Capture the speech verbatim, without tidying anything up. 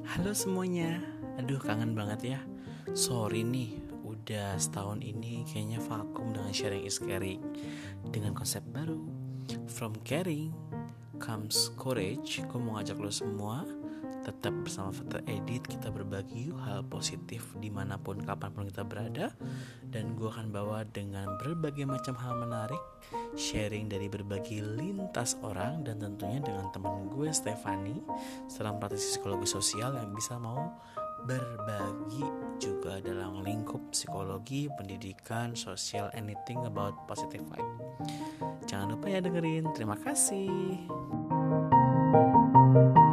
Halo semuanya, aduh kangen banget ya. Sorry nih, udah setahun ini kayaknya vakum dengan sharing is caring. Dengan konsep baru, from caring comes courage. Gue mau ngajak lo semua tetap bersama Fata Edit. Kita berbagi yuk hal positif dimanapun kapanpun kita berada. Dan gue akan bawa dengan berbagai macam hal menarik, sharing dari berbagai lintas orang, dan tentunya dengan teman gue Stefani, seorang praktisi psikologi sosial yang bisa mau berbagi juga dalam lingkup psikologi, pendidikan, sosial, anything about positive vibe. Jangan lupa ya dengerin. Terima kasih.